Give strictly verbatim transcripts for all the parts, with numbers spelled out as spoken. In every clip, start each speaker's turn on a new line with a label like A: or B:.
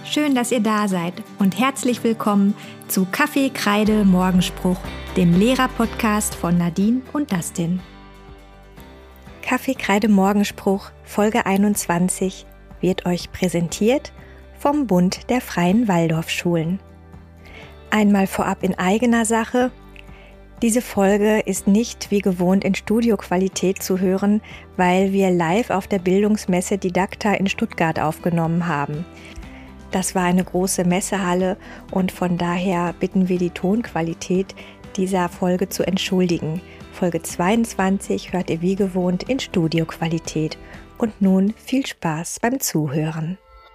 A: schön, dass ihr da seid und herzlich willkommen zu Kaffee, Kreide, Morgenspruch, dem Lehrer-Podcast von Nadine und Dustin. Kaffee, Kreide, Morgenspruch, Folge einundzwanzig, wird euch präsentiert vom Bund der Freien Waldorfschulen. Einmal vorab in eigener Sache. Diese Folge ist nicht wie gewohnt in Studioqualität zu hören, weil wir live auf der Bildungsmesse Didakta in Stuttgart aufgenommen haben. Das war eine große Messehalle und von daher bitten wir die Tonqualität dieser Folge zu entschuldigen. Folge zweiundzwanzig hört ihr wie gewohnt in Studioqualität. Und nun viel Spaß beim Zuhören.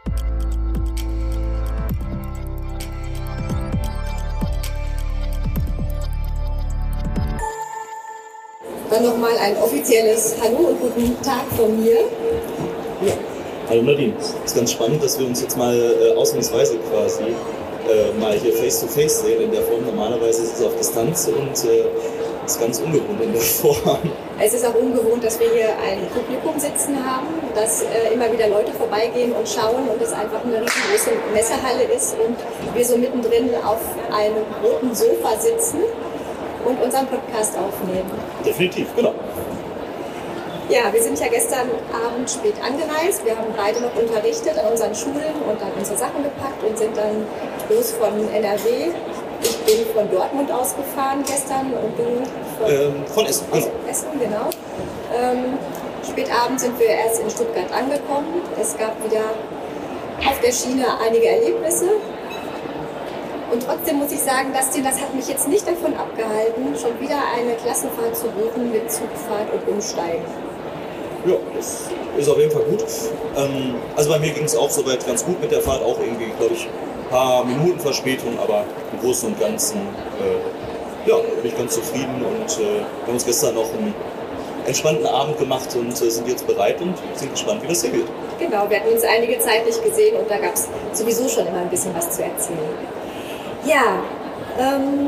B: Dann nochmal ein offizielles Hallo und guten Tag von mir.
C: Ja. Hallo Nadine, es ist ganz spannend, dass wir uns jetzt mal äh, ausnahmsweise quasi äh, mal hier face-to-face sehen in der Form. Normalerweise ist es auf Distanz und äh, ist ganz ungewohnt in der Form.
B: Es ist auch ungewohnt, dass wir hier ein Publikum sitzen haben, dass äh, immer wieder Leute vorbeigehen und schauen und es einfach eine riesengroße Messehalle ist und wir so mittendrin auf einem roten Sofa sitzen und unseren Podcast aufnehmen.
C: Definitiv, genau.
B: Ja, wir sind ja gestern Abend spät angereist. Wir haben beide noch unterrichtet an unseren Schulen und dann unsere Sachen gepackt und sind dann los von N R W. Ich bin von Dortmund ausgefahren gestern und du von,
C: ähm, von Essen.
B: Aus Essen, genau. Ähm, spät abends sind wir erst in Stuttgart angekommen. Es gab wieder auf der Schiene einige Erlebnisse. Und trotzdem muss ich sagen, Dustin, das hat mich jetzt nicht davon abgehalten, schon wieder eine Klassenfahrt zu buchen mit Zugfahrt und Umsteigen.
C: Ja, das ist auf jeden Fall gut. Ähm, also bei mir ging es auch soweit ganz gut mit der Fahrt, auch irgendwie, glaube ich, ein paar Minuten Verspätung, aber im Großen und Ganzen äh, ja, bin ich ganz zufrieden und äh, wir haben uns gestern noch einen entspannten Abend gemacht und äh, sind jetzt bereit und sind gespannt, wie das hier wird.
B: Genau, wir hatten uns einige Zeit nicht gesehen und da gab es sowieso schon immer ein bisschen was zu erzählen. Ja, ähm,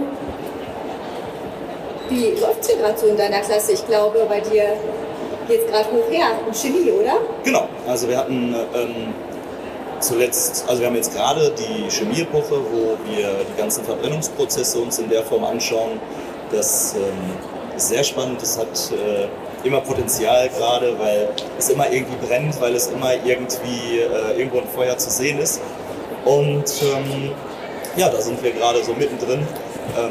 B: wie läuft es hier gerade so in deiner Klasse? Ich glaube, bei dir geht es gerade hoch her, in Chemie, oder?
C: Genau, also wir hatten ähm, zuletzt, also wir haben jetzt gerade die Chemieepoche, wo wir die ganzen Verbrennungsprozesse uns in der Form anschauen. Das ähm, ist sehr spannend, das hat äh, immer Potenzial gerade, weil es immer irgendwie brennt, weil es immer irgendwie äh, irgendwo ein Feuer zu sehen ist. Und ähm, ja, da sind wir gerade so mittendrin. Ähm,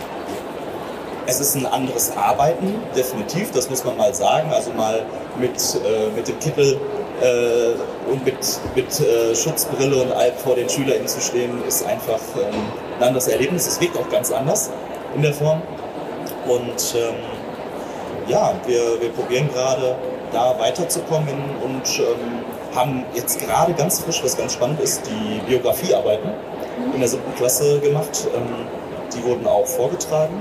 C: Es ist ein anderes Arbeiten, definitiv, das muss man mal sagen. Also mal mit, äh, mit dem Kittel äh, und mit, mit äh, Schutzbrille und allem vor den SchülerInnen zu stehen, ist einfach ähm, ein anderes Erlebnis. Es wirkt auch ganz anders in der Form. Und ähm, ja, wir, wir probieren gerade da weiterzukommen und ähm, haben jetzt gerade ganz frisch, was ganz spannend ist, die Biografiearbeiten in der siebten Klasse gemacht. Ähm, die wurden auch vorgetragen.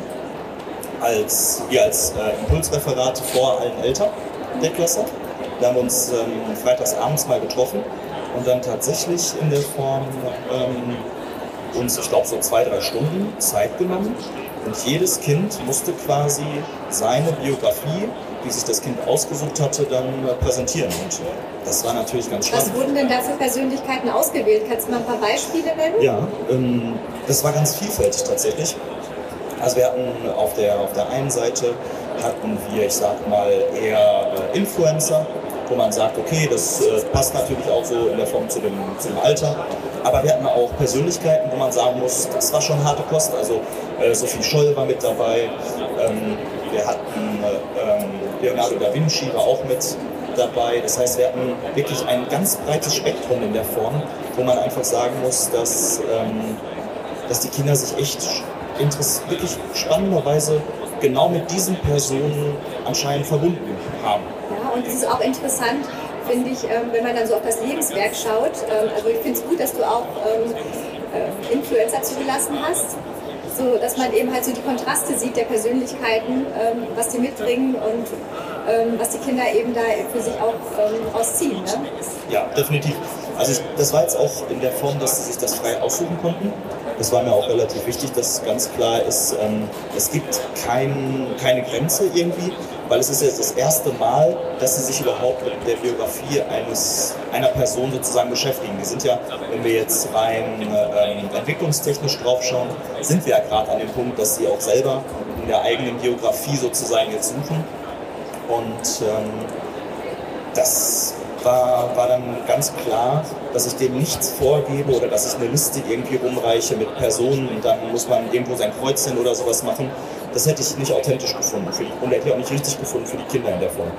C: Als, wir als äh, Impulsreferate vor allen Eltern der Klasse. Wir haben uns ähm, freitags abends mal getroffen und dann tatsächlich in der Form ähm, uns, ich glaube, so zwei, drei Stunden Zeit genommen. Und jedes Kind musste quasi seine Biografie, die sich das Kind ausgesucht hatte, dann äh, präsentieren. Und äh, das war natürlich ganz spannend.
B: Was wurden denn da für Persönlichkeiten ausgewählt? Kannst du mal ein paar Beispiele nennen?
C: Ja, ähm, das war ganz vielfältig tatsächlich. Also wir hatten auf der, auf der einen Seite hatten wir, ich sag mal, eher äh, Influencer, wo man sagt, okay, das äh, passt natürlich auch so in der Form zu dem, zu dem Alter. Aber wir hatten auch Persönlichkeiten, wo man sagen muss, das war schon harte Kost. Also äh, Sophie Scholl war mit dabei, ähm, wir hatten äh, Leonardo da Vinci war auch mit dabei. Das heißt, wir hatten wirklich ein ganz breites Spektrum in der Form, wo man einfach sagen muss, dass, ähm, dass die Kinder sich echt wirklich spannenderweise genau mit diesen Personen anscheinend verbunden haben.
B: Ja, und es ist auch interessant, finde ich, wenn man dann so auf das Lebenswerk schaut. Also ich finde es gut, dass du auch Influencer zugelassen hast, so dass man eben halt so die Kontraste sieht der Persönlichkeiten, was die mitbringen und was die Kinder eben da für sich auch rausziehen. Ne?
C: Ja, definitiv. Also ich, das war jetzt auch in der Form, dass sie sich das frei aussuchen konnten. das war mir auch relativ wichtig, dass ganz klar ist, ähm, es gibt kein, keine Grenze irgendwie, weil es ist jetzt das erste Mal, dass sie sich überhaupt mit der Biografie eines, einer Person sozusagen beschäftigen. Wir sind ja, wenn wir jetzt rein ähm, entwicklungstechnisch draufschauen, sind wir ja gerade an dem Punkt, dass sie auch selber in der eigenen Biografie sozusagen jetzt suchen. Und ähm, das war, war dann ganz klar, dass ich dem nichts vorgebe oder dass ich eine Liste irgendwie rumreiche mit Personen und dann muss man irgendwo sein Kreuzchen oder sowas machen. Das hätte ich nicht authentisch gefunden für die, und hätte ich auch nicht richtig gefunden für die Kinder in der Form.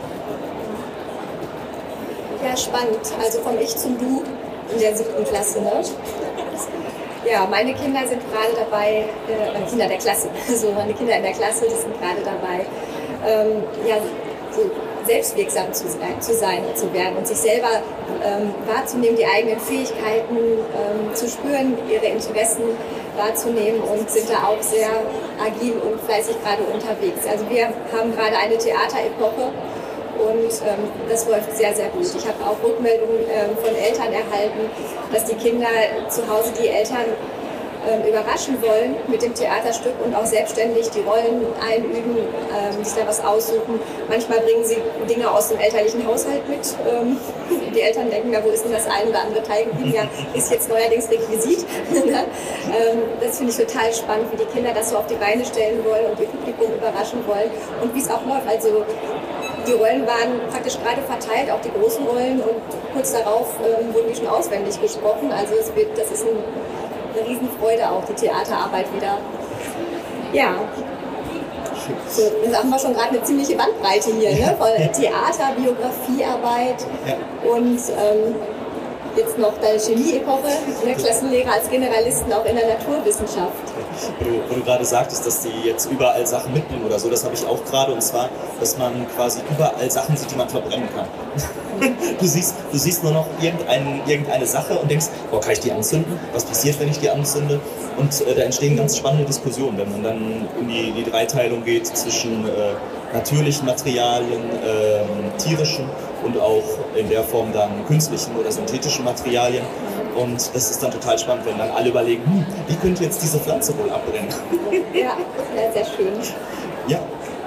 B: Ja, spannend. Also vom Ich zum Du in der siebten Klasse, ne? Ja, meine Kinder sind gerade dabei, äh, Kinder der Klasse, also meine Kinder in der Klasse, die sind gerade dabei, ähm, ja, so selbstwirksam zu sein, zu sein und zu werden und sich selber ähm, wahrzunehmen, die eigenen Fähigkeiten ähm, zu spüren, ihre Interessen wahrzunehmen und sind da auch sehr agil und fleißig gerade unterwegs. Also wir haben gerade eine Theaterepoche und ähm, das läuft sehr, sehr gut. Ich habe auch Rückmeldungen ähm, von Eltern erhalten, dass die Kinder zu Hause die Eltern ähm, überraschen wollen mit dem Theaterstück und auch selbstständig die Rollen einüben, ähm, sich da was aussuchen. Manchmal bringen sie Dinge aus dem elterlichen Haushalt mit. Ähm, die Eltern denken, na, wo ist denn das ein oder andere Teil geblieben? Ja, ist jetzt neuerdings Requisit. ähm, das finde ich total spannend, wie die Kinder das so auf die Beine stellen wollen und ihr Publikum überraschen wollen und wie es auch läuft. Also die Rollen waren praktisch gerade verteilt, auch die großen Rollen, und kurz darauf ähm, wurden die schon auswendig gesprochen. Also es wird, das ist ein, eine Riesenfreude auch, die Theaterarbeit wieder. Ja, so, da haben wir schon gerade eine ziemliche Bandbreite hier, ne? Von Theater, Biografiearbeit
C: Ja.
B: und ähm, jetzt noch deine Chemie-Epoche, ne? Klassenlehrer als Generalisten auch in der Naturwissenschaft.
C: Wo du, wo du gerade sagtest, dass die jetzt überall Sachen mitbringen oder so, das habe ich auch gerade, und zwar, dass man quasi überall Sachen sieht, die man verbrennen kann. Du siehst, du siehst nur noch irgendein, irgendeine Sache und denkst, boah, kann ich die anzünden? Was passiert, wenn ich die anzünde? Und äh, da entstehen ganz spannende Diskussionen, wenn man dann in die, die Dreiteilung geht zwischen äh, natürlichen Materialien, äh, tierischen und auch in der Form dann künstlichen oder synthetischen Materialien. Und das ist dann total spannend, wenn dann alle überlegen, hm, wie könnte jetzt diese Pflanze wohl abbrennen?
B: Ja, sehr schön.
C: Ja.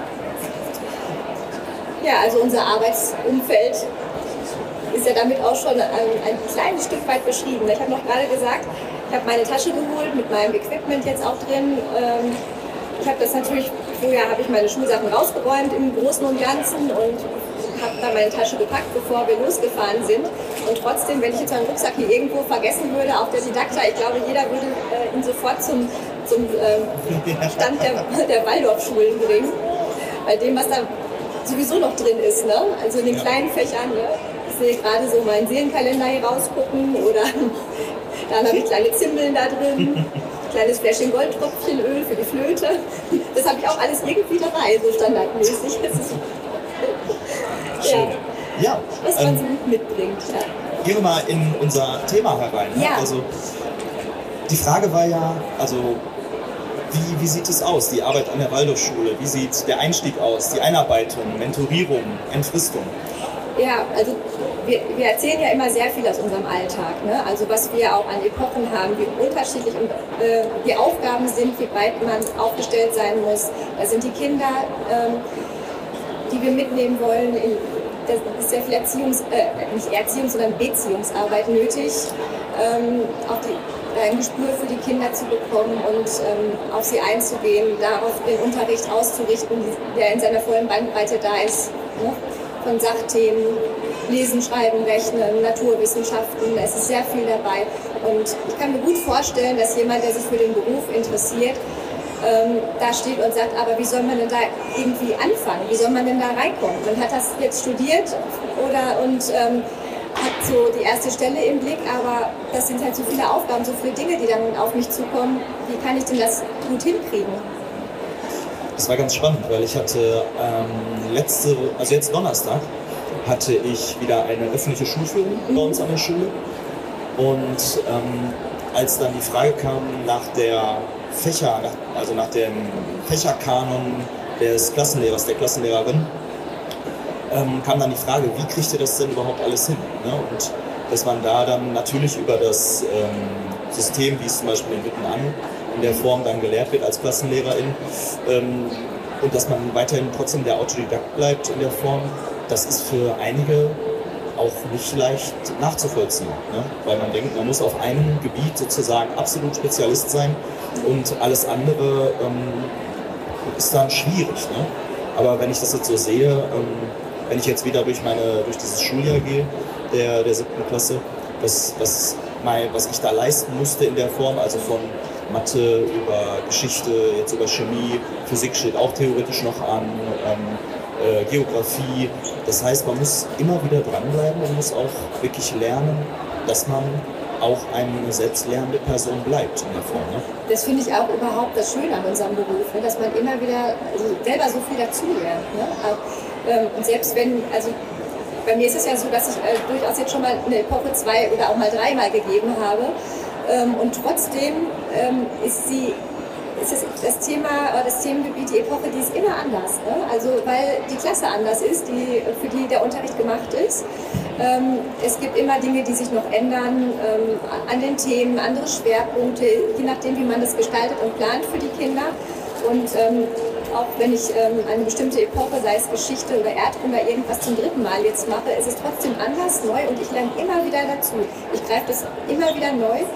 B: Ja, also unser Arbeitsumfeld ist ja damit auch schon ein, ein kleines Stück weit beschrieben. Ich habe noch gerade gesagt, ich habe meine Tasche geholt mit meinem Equipment jetzt auch drin. Ich habe das natürlich, vorher habe ich meine Schulsachen rausgeräumt im Großen und Ganzen und habe dann meine Tasche gepackt, bevor wir losgefahren sind. Und trotzdem, wenn ich jetzt meinen Rucksack hier irgendwo vergessen würde, auch der Didakta, ich glaube, jeder würde äh, ihn sofort zum, zum äh, Stand der, der Waldorfschulen bringen. Bei dem, was da sowieso noch drin ist, ne? Also in den
C: Ja. kleinen
B: kleinen Fächern. Ne? Ich sehe gerade so meinen Seelenkalender hier rausgucken oder dann habe ich kleine Zimbeln da drin. Kleines Fläschchen Goldtröpfchenöl für die Flöte. Das habe ich auch alles irgendwie dabei, so standardmäßig. Ja,
C: Ja,
B: was man
C: ähm,
B: so mitbringt. Ja.
C: gehen wir mal in unser Thema herein. Ne?
B: Ja.
C: Also, die Frage war ja, also wie, wie sieht es aus, die Arbeit an der Waldorfschule? Wie sieht der Einstieg aus, die Einarbeitung, Mentorierung, Entfristung?
B: Ja, also wir, wir erzählen ja immer sehr viel aus unserem Alltag. Ne? Also was wir auch an Epochen haben, wie unterschiedlich und, äh, die Aufgaben sind, wie breit man aufgestellt sein muss. Da sind die Kinder, ähm, die wir mitnehmen wollen, in, da ist sehr viel Erziehungs-, äh, nicht Erziehungs-, sondern Beziehungsarbeit nötig, ähm, auch die, ein Gespür für die Kinder zu bekommen und ähm, auf sie einzugehen, darauf den Unterricht auszurichten, der in seiner vollen Bandbreite da ist. Ne? Von Sachthemen, Lesen, Schreiben, Rechnen, Naturwissenschaften, es ist sehr viel dabei. Und ich kann mir gut vorstellen, dass jemand, der sich für den Beruf interessiert, ähm, da steht und sagt, aber wie soll man denn da irgendwie anfangen? Wie soll man denn da reinkommen? Man hat das jetzt studiert oder und ähm, hat so die erste Stelle im Blick, aber das sind halt so viele Aufgaben, so viele Dinge, die dann auf mich zukommen. Wie kann ich denn das gut hinkriegen?
C: Das war ganz spannend, weil ich hatte ähm, letzte, also jetzt Donnerstag, hatte ich wieder eine öffentliche Schulführung bei uns an der Schule. Und ähm, als dann die Frage kam nach der Fächer, nach, also nach dem Fächerkanon des Klassenlehrers, der Klassenlehrerin, ähm, kam dann die Frage, wie kriegt ihr das denn überhaupt alles hin? Ne? Und dass man da dann natürlich über das ähm, System, wie es zum Beispiel in Wittenann in der Form dann gelehrt wird als Klassenlehrerin. Ähm, und dass man weiterhin trotzdem der Autodidakt bleibt in der Form, das ist für einige auch nicht leicht nachzuvollziehen. Ne? Weil man denkt, man muss auf einem Gebiet sozusagen absolut Spezialist sein und alles andere ähm, ist dann schwierig. Ne? Aber wenn ich das jetzt so sehe, ähm, wenn ich jetzt wieder durch, meine, durch dieses Schuljahr gehe, der, der siebten Klasse, was, was, mein, was ich da leisten musste in der Form, also von Mathe über Geschichte, jetzt über Chemie, Physik steht auch theoretisch noch an, ähm, äh, Geografie. Das heißt, man muss immer wieder dranbleiben und muss auch wirklich lernen, dass man auch eine selbstlernende Person bleibt in der Form. Ne?
B: Das finde ich auch überhaupt das Schöne an unserem Beruf, ne? Dass man immer wieder also selber so viel dazulernt. Ne? Auch, ähm, und selbst wenn, also bei mir ist es ja so, dass ich äh, durchaus jetzt schon mal eine Epoche zwei oder auch mal dreimal gegeben habe. Ähm, und trotzdem ähm, ist, sie, ist es das Thema, das Themengebiet, die Epoche, die ist immer anders. Ne? Also weil die Klasse anders ist, die, für die der Unterricht gemacht ist. Ähm, es gibt immer Dinge, die sich noch ändern ähm, an den Themen, andere Schwerpunkte, je nachdem, wie man das gestaltet und plant für die Kinder. Und ähm, auch wenn ich ähm, eine bestimmte Epoche, sei es Geschichte oder Erdkunde oder irgendwas zum dritten Mal jetzt mache, ist es trotzdem anders, neu und ich lerne immer wieder dazu. Ich greife das immer wieder neu,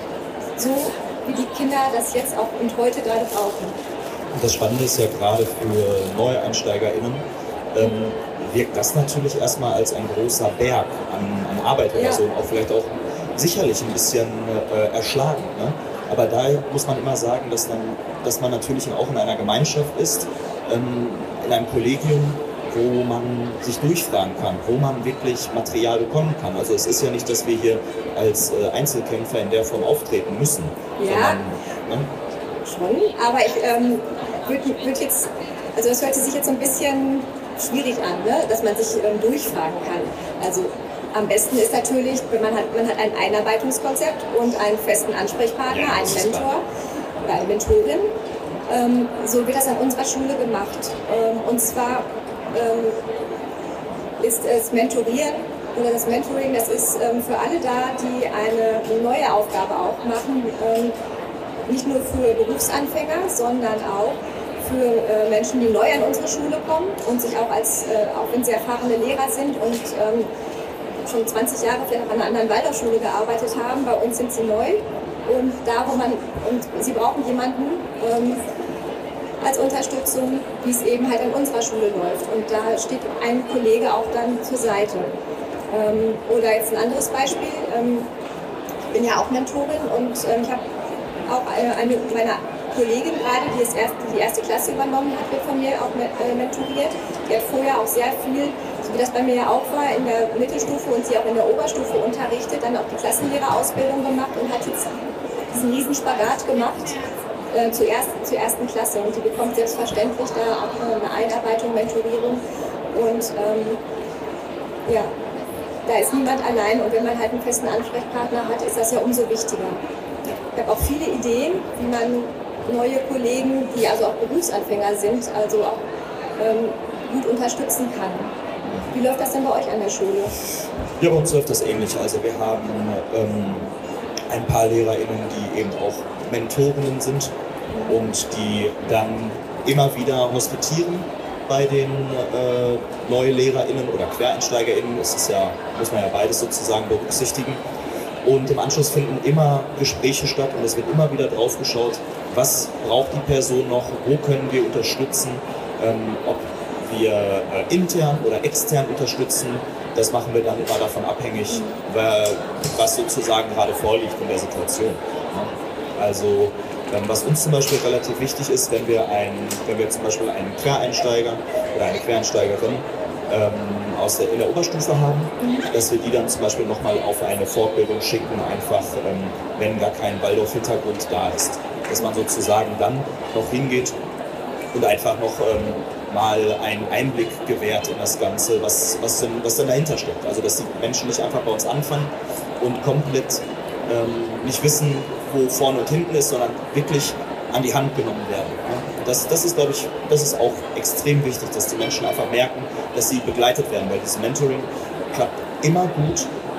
B: so wie die Kinder das jetzt auch und heute gerade brauchen.
C: Und das Spannende ist ja gerade für NeueinsteigerInnen, ähm, wirkt das natürlich erstmal als ein großer Berg an, an Arbeit oder ja. so, und auch vielleicht auch sicherlich ein bisschen äh, erschlagen. Ne? Aber da muss man immer sagen, dass, dann, dass man natürlich auch in einer Gemeinschaft ist, ähm, in einem Kollegium, wo man sich durchfragen kann, wo man wirklich Material bekommen kann. Also es ist ja nicht, dass wir hier als äh, Einzelkämpfer in der Form auftreten müssen.
B: Ja,
C: sondern, ne?
B: schon, aber ich ähm, würde würd jetzt, also das hört sich jetzt so ein bisschen schwierig an, ne? Dass man sich ähm, durchfragen kann. Also am besten ist natürlich, man hat, man hat ein Einarbeitungskonzept und einen festen Ansprechpartner, ja, einen Mentor oder eine Mentorin. Ähm, so wird das an unserer Schule gemacht. Ähm, und zwar ähm, ist es Mentorieren oder das Mentoring, das ist ähm, für alle da, die eine neue Aufgabe auch machen. Ähm, nicht nur für Berufsanfänger, sondern auch für äh, Menschen, die neu an unsere Schule kommen und sich auch als, äh, auch wenn sie erfahrene Lehrer sind und ähm, schon zwanzig Jahre vielleicht an einer anderen Waldorfschule gearbeitet haben. Bei uns sind sie neu und da, wo man, und sie brauchen jemanden ähm, als Unterstützung, wie es eben halt an unserer Schule läuft. Und da steht ein Kollege auch dann zur Seite. Ähm, oder jetzt ein anderes Beispiel. Ähm, ich bin ja auch Mentorin und ähm, ich habe auch eine, eine meiner Kollegin gerade, die das erste, die erste Klasse übernommen hat, wird von mir auch mentoriert. Die hat vorher auch sehr viel, so wie das bei mir ja auch war, in der Mittelstufe und sie auch in der Oberstufe unterrichtet, dann auch die Klassenlehrerausbildung gemacht und hat jetzt diesen riesen Spagat gemacht äh, zur, ersten, zur ersten Klasse. Und die bekommt selbstverständlich da auch eine Einarbeitung, Mentorierung und ähm, ja, da ist niemand allein und wenn man halt einen festen Ansprechpartner hat, ist das ja umso wichtiger. Ich habe auch viele Ideen, wie man neue Kollegen, die also auch Berufsanfänger sind, also auch ähm, gut unterstützen kann. Wie läuft das denn bei euch an der Schule?
C: Ja, bei uns läuft das ähnlich. Also wir haben ähm, ein paar LehrerInnen, die eben auch Mentorinnen sind und die dann immer wieder hospitieren bei den äh, neuen LehrerInnen oder QuereinsteigerInnen. Es ist ja, muss man ja beides sozusagen berücksichtigen. Und im Anschluss finden immer Gespräche statt und es wird immer wieder drauf geschaut, was braucht die Person noch, wo können wir unterstützen, ähm, ob wir äh, intern oder extern unterstützen. Das machen wir dann immer davon abhängig, weil, was sozusagen gerade vorliegt in der Situation. Ja? Also ähm, was uns zum Beispiel relativ wichtig ist, wenn wir, ein, wenn wir zum Beispiel einen Quereinsteiger oder eine Quereinsteigerin ähm, aus der, in der Oberstufe haben, dass wir die dann zum Beispiel nochmal auf eine Fortbildung schicken, einfach ähm, wenn gar kein Waldorf-Hintergrund da ist. Dass man sozusagen dann noch hingeht und einfach noch ähm, mal einen Einblick gewährt in das Ganze, was, was, denn, was denn dahinter steckt. Also dass die Menschen nicht einfach bei uns anfangen und komplett ähm, nicht wissen, wo vorne und hinten ist, sondern wirklich an die Hand genommen werden. Das, das ist, glaube ich, das ist auch extrem wichtig, dass die Menschen einfach merken, dass sie begleitet werden, weil dieses Mentoring klappt immer gut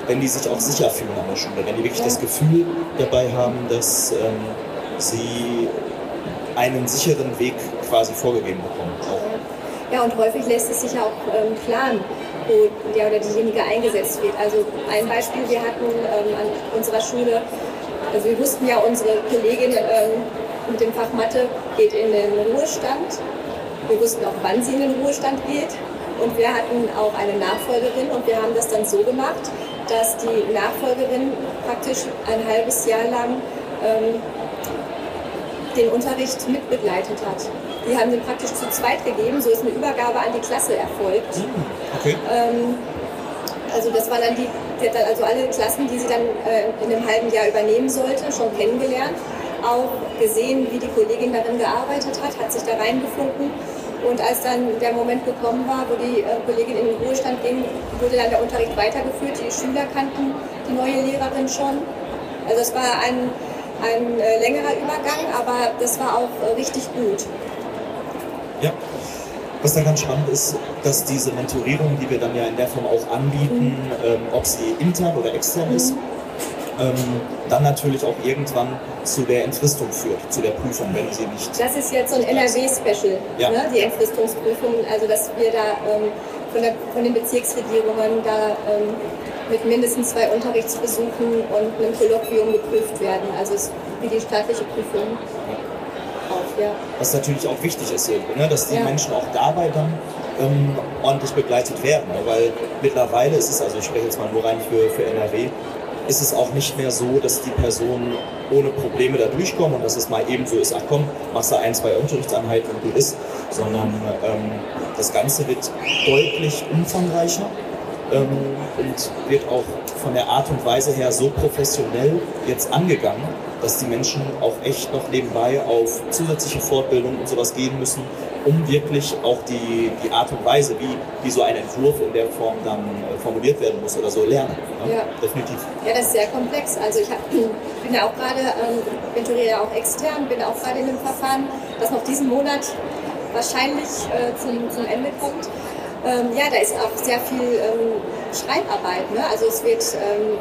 C: wenn die sich auch sicher fühlen an der Schule, wenn die wirklich ja. das Gefühl dabei haben, dass ähm, sie einen sicheren Weg quasi vorgegeben bekommen. Auch.
B: Ja, und häufig lässt es sich ja auch ähm, planen, wo der oder diejenige eingesetzt wird. Also ein Beispiel, wir hatten ähm, an unserer Schule, also wir wussten ja, unsere Kollegin ähm, mit dem Fach Mathe geht in den Ruhestand. Wir wussten auch, wann sie in den Ruhestand geht. Und wir hatten auch eine Nachfolgerin und wir haben das dann so gemacht, dass die Nachfolgerin praktisch ein halbes Jahr lang ähm, den Unterricht mitbegleitet hat. Die haben den praktisch zu zweit gegeben, so ist eine Übergabe an die Klasse erfolgt.
C: Okay.
B: Ähm, also das waren dann die, die hat dann also alle Klassen, die sie dann äh, in einem halben Jahr übernehmen sollte, schon kennengelernt, auch gesehen, wie die Kollegin darin gearbeitet hat, hat sich da reingefunden. Und als dann der Moment gekommen war, wo die äh, Kollegin in den Ruhestand ging, wurde dann der Unterricht weitergeführt. Die Schüler kannten die neue Lehrerin schon. Also es war ein Ein äh, längerer Übergang, aber das war auch äh, richtig gut.
C: Ja, was dann ganz spannend ist, dass diese Mentorierung, die wir dann ja in der Form auch anbieten, mhm. ähm, ob sie intern oder extern mhm. ist, ähm, dann natürlich auch irgendwann zu der Entfristung führt, zu der Prüfung, wenn sie nicht...
B: Das ist jetzt so ein N R W-Special, ja. ne, die Entfristungsprüfung, also dass wir da ähm, von, der, von den Bezirksregierungen da... Ähm, mit mindestens zwei Unterrichtsbesuchen und einem Kolloquium geprüft werden. Also es ist wie die staatliche Prüfung auch, ja.
C: Was natürlich auch wichtig ist, ne, dass die ja. Menschen auch dabei dann ähm, ordentlich begleitet werden. Ne? Weil mittlerweile ist es, also ich spreche jetzt mal nur rein für, für N R W, ist es auch nicht mehr so, dass die Personen ohne Probleme da durchkommen und dass es mal eben so ist, ach komm, machst du ein, zwei Unterrichtseinheiten und gut ist, sondern ähm, das Ganze wird deutlich umfangreicher. Ähm, und wird auch von der Art und Weise her so professionell jetzt angegangen, dass die Menschen auch echt noch nebenbei auf zusätzliche Fortbildung und sowas gehen müssen, um wirklich auch die, die Art und Weise, wie, wie so ein Entwurf in der Form dann äh, formuliert werden muss oder so, lernen. Ne?
B: Ja.
C: Definitiv.
B: Ja, das ist sehr komplex. Also ich hab, bin ja auch gerade, ähm, mentoriere ja auch extern, bin auch gerade in einem Verfahren, das noch diesen Monat wahrscheinlich äh, zum, zum Ende kommt. Ähm, ja, da ist auch sehr viel ähm, Schreibarbeit. Ne? Also es wird ähm,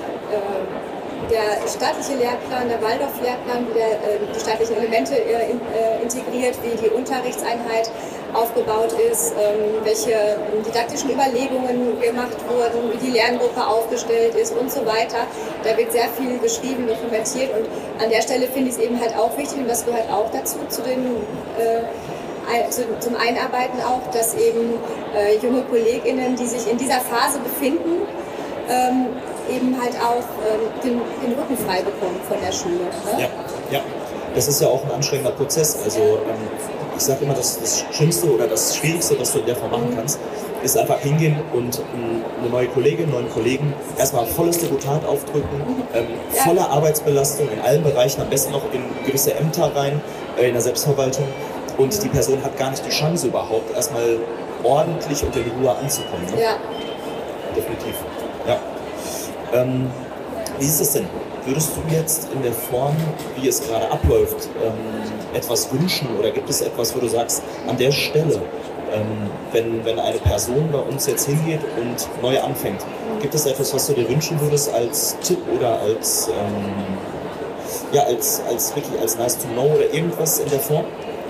B: äh, der staatliche Lehrplan, der Waldorf-Lehrplan, wie der, äh, die staatlichen Elemente äh, in, äh, integriert, wie die Unterrichtseinheit aufgebaut ist, ähm, welche ähm, didaktischen Überlegungen gemacht wurden, wie die Lerngruppe aufgestellt ist und so weiter. Da wird sehr viel geschrieben, dokumentiert und an der Stelle finde ich es eben halt auch wichtig und das gehört auch dazu, zu den äh, zum Einarbeiten auch, dass eben äh, junge KollegInnen, die sich in dieser Phase befinden, ähm, eben halt auch ähm, den, den Rücken frei bekommen von der Schule. Ne?
C: Ja, ja, das ist ja auch ein anstrengender Prozess. Also ähm, ich sage immer, dass das Schlimmste oder das Schwierigste, was du in der Form machen kannst, ist einfach hingehen und ähm, eine neue Kollegin, einen neuen Kollegen erstmal volles Deputat aufdrücken, ähm, ja. volle Arbeitsbelastung in allen Bereichen, am besten noch in gewisse Ämter rein, äh, in der Selbstverwaltung. Und die Person hat gar nicht die Chance überhaupt, erstmal ordentlich und in Ruhe anzukommen. Ne?
B: Ja.
C: Definitiv. Ja. Ähm, wie ist es denn? Würdest du jetzt in der Form, wie es gerade abläuft, ähm, etwas wünschen oder gibt es etwas, wo du sagst, an der Stelle, ähm, wenn, wenn eine Person bei uns jetzt hingeht und neu anfängt, gibt es etwas, was du dir wünschen würdest als Tipp oder als, ähm, ja, als, als wirklich als nice to know oder irgendwas in der Form?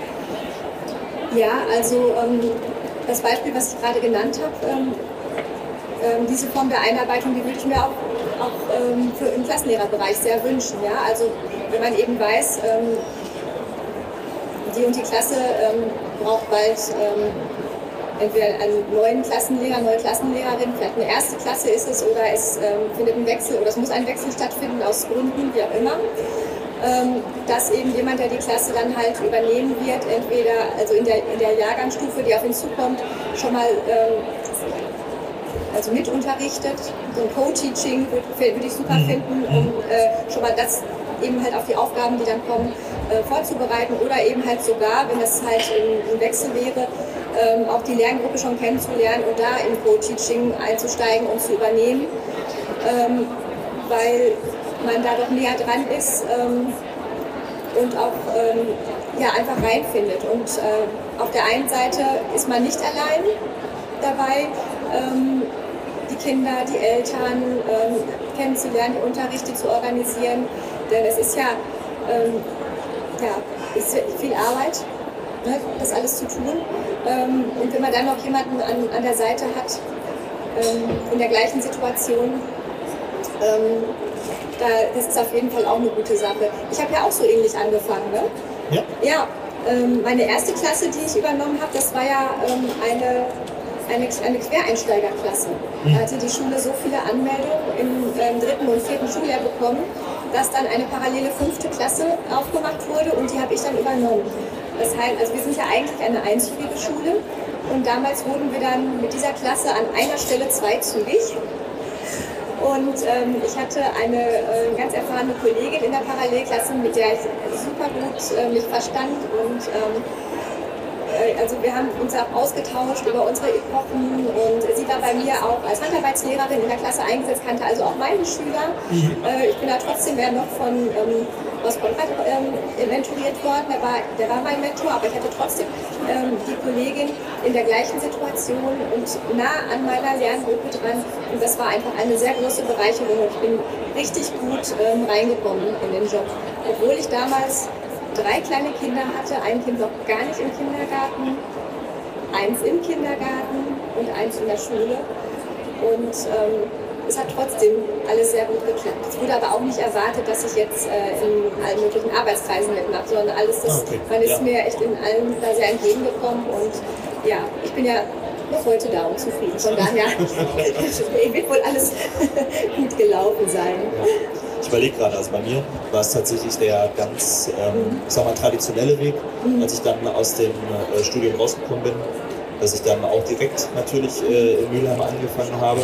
B: Ja, also ähm, das Beispiel, was ich gerade genannt habe, ähm, ähm, diese Form der Einarbeitung, die würde ich mir auch, auch ähm, für im Klassenlehrerbereich sehr wünschen. Ja? Also wenn man eben weiß, ähm, die und die Klasse ähm, braucht bald ähm, entweder einen neuen Klassenlehrer, neue Klassenlehrerin, vielleicht eine erste Klasse ist es oder es ähm, findet ein Wechsel oder es muss ein Wechsel stattfinden aus Gründen, wie auch immer. Dass eben jemand, der die Klasse dann halt übernehmen wird, entweder also in der, in der Jahrgangsstufe, die auf ihn zukommt, schon mal ähm, also mit unterrichtet. So ein Co-Teaching würde, würde ich super finden, um äh, schon mal das eben halt auf die Aufgaben, die dann kommen, äh, vorzubereiten oder eben halt sogar, wenn das halt ein Wechsel wäre, ähm, auch die Lerngruppe schon kennenzulernen und da im Co-Teaching einzusteigen und zu übernehmen. Ähm, weil man da doch näher dran ist ähm, und auch ähm, ja, einfach reinfindet. Und äh, auf der einen Seite ist man nicht allein dabei, ähm, die Kinder, die Eltern ähm, kennenzulernen, die Unterrichte zu organisieren. Denn es ist ja, ähm, ja ist viel Arbeit, ne, das alles zu tun. Ähm, und wenn man dann noch jemanden an, an der Seite hat, ähm, in der gleichen Situation, ähm, da, das ist auf jeden Fall auch eine gute Sache. Ich habe ja auch so ähnlich angefangen. Ne?
C: Ja.
B: Ja, ähm, meine erste Klasse, die ich übernommen habe, das war ja ähm, eine, eine, eine Quereinsteigerklasse. Da hatte die Schule so viele Anmeldungen im ähm, dritten und vierten Schuljahr bekommen, dass dann eine parallele fünfte Klasse aufgemacht wurde und die habe ich dann übernommen. Das heißt, also wir sind ja eigentlich eine einzügige Schule und damals wurden wir dann mit dieser Klasse an einer Stelle zweizügig. Und ähm, ich hatte eine äh, ganz erfahrene Kollegin in der Parallelklasse, mit der ich super gut äh, mich verstand. Und ähm, äh, also wir haben uns auch ausgetauscht über unsere Epochen. Und sie war bei mir auch als Handarbeitslehrerin in der Klasse eingesetzt, kannte also auch meine Schüler. Mhm. Äh, ich bin da trotzdem ja noch von ähm, Horst Konrad ähm, mentoriert worden. Der war, der war mein Mentor, aber ich hatte trotzdem ähm, die Kollegin in der gleichen Situation und nah an meiner Lerngruppe dran. Und das war einfach eine sehr große Bereicherung und ich bin richtig gut ähm, reingekommen in den Job. Obwohl ich damals drei kleine Kinder hatte, ein Kind noch gar nicht im Kindergarten, eins im Kindergarten und eins in der Schule. Und ähm, es hat trotzdem alles sehr gut geklappt. Es wurde aber auch nicht erwartet, dass ich jetzt äh, in allen möglichen Arbeitskreisen mitmache, sondern alles, das, okay. man ist ja. mir echt in allem da sehr entgegengekommen und ja, ich bin ja noch heute da und zufrieden. Von daher wird wohl alles gut gelaufen sein.
C: Ja. Ich überlege gerade, also bei mir war es tatsächlich der ganz, ähm, ich sag mal, traditionelle Weg, mhm. als ich dann aus dem äh, Studium rausgekommen bin, dass ich dann auch direkt natürlich äh, in Mülheim angefangen habe.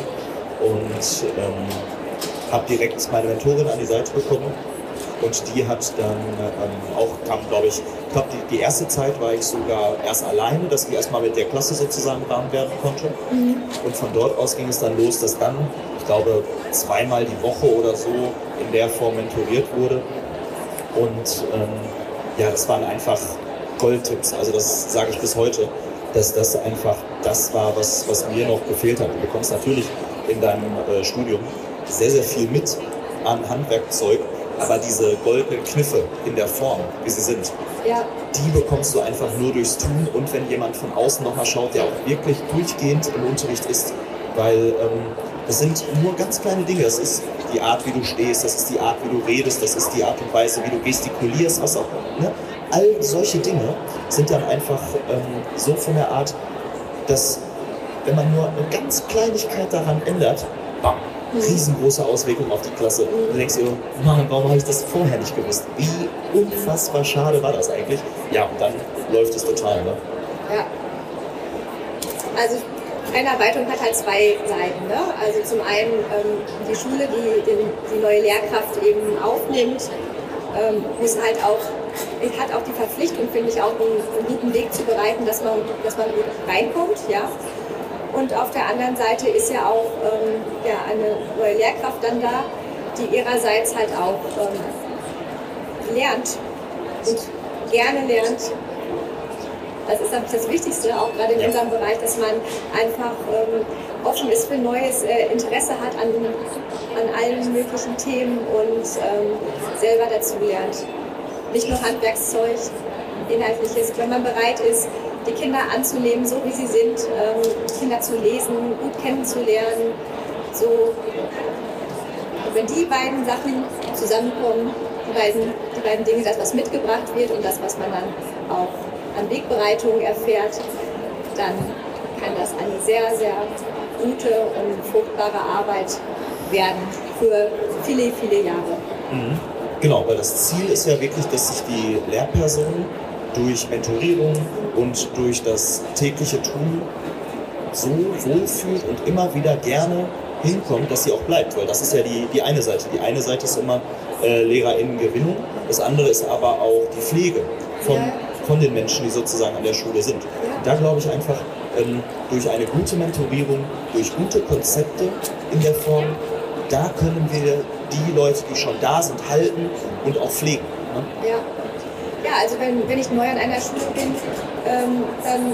C: Und ähm, habe direkt meine Mentorin an die Seite bekommen und die hat dann ähm, auch, kam glaube ich, ich glaube die, die erste Zeit war ich sogar erst alleine, dass ich erstmal mit der Klasse sozusagen warm werden konnte mhm. und von dort aus ging es dann los, dass dann, ich glaube, zweimal die Woche oder so in der Form mentoriert wurde und ähm, ja, das waren einfach Goldtipps, also das sage ich bis heute, dass das einfach das war, was, was mir noch gefehlt hat. Du bekommst natürlich in deinem äh, Studium sehr, sehr viel mit an Handwerkzeug, aber diese goldenen Kniffe in der Form, wie sie sind, ja. die bekommst du einfach nur durchs Tun und wenn jemand von außen nochmal schaut, der auch wirklich durchgehend im Unterricht ist, weil ähm, das sind nur ganz kleine Dinge, das ist die Art, wie du stehst, das ist die Art, wie du redest, das ist die Art und Weise, wie du gestikulierst, was auch immer. Ne? All solche Dinge sind dann einfach ähm, so von der Art, dass wenn man nur eine ganz Kleinigkeit daran ändert, bam, riesengroße Auswirkungen auf die Klasse. Und du denkst dir, Mann, warum habe ich das vorher nicht gewusst? Wie unfassbar schade war das eigentlich? Ja, und dann läuft es total, ne?
B: Ja. Also Einarbeitung hat halt zwei Seiten, ne? Also zum einen ähm, die Schule, die den, die neue Lehrkraft eben aufnimmt, ähm, muss halt auch, hat auch die Verpflichtung, finde ich, auch einen, einen guten Weg zu bereiten, dass man, dass man gut reinkommt, ja. Und auf der anderen Seite ist ja auch ähm, ja, eine neue Lehrkraft dann da, die ihrerseits halt auch ähm, lernt und gerne lernt. Das ist das Wichtigste, auch gerade in ja. unserem Bereich, dass man einfach ähm, offen ist für Neues, äh, Interesse hat an, an allen möglichen Themen und ähm, selber dazu lernt. Nicht nur Handwerkszeug, Inhaltliches, wenn man bereit ist, die Kinder anzunehmen, so wie sie sind, ähm, Kinder zu lesen, gut kennenzulernen. So, wenn die beiden Sachen zusammenkommen, die beiden, die beiden Dinge, das, was mitgebracht wird und das, was man dann auch an Wegbereitung erfährt, dann kann das eine sehr, sehr gute und fruchtbare Arbeit werden für viele, viele Jahre.
C: Mhm. Genau, weil das Ziel ist ja wirklich, dass sich die Lehrperson durch Mentorierung und durch das tägliche Tun so wohlfühlt und immer wieder gerne hinkommt, dass sie auch bleibt. Weil das ist ja die, die eine Seite. Die eine Seite ist immer äh, LehrerInnen-Gewinnung, das andere ist aber auch die Pflege von, ja. von den Menschen, die sozusagen an der Schule sind. Und da glaube ich einfach, ähm, durch eine gute Mentorierung, durch gute Konzepte in der Form, da können wir die Leute, die schon da sind, halten und auch pflegen. Ne?
B: Ja. Ja, also wenn, wenn ich neu an einer Schule bin, ähm, dann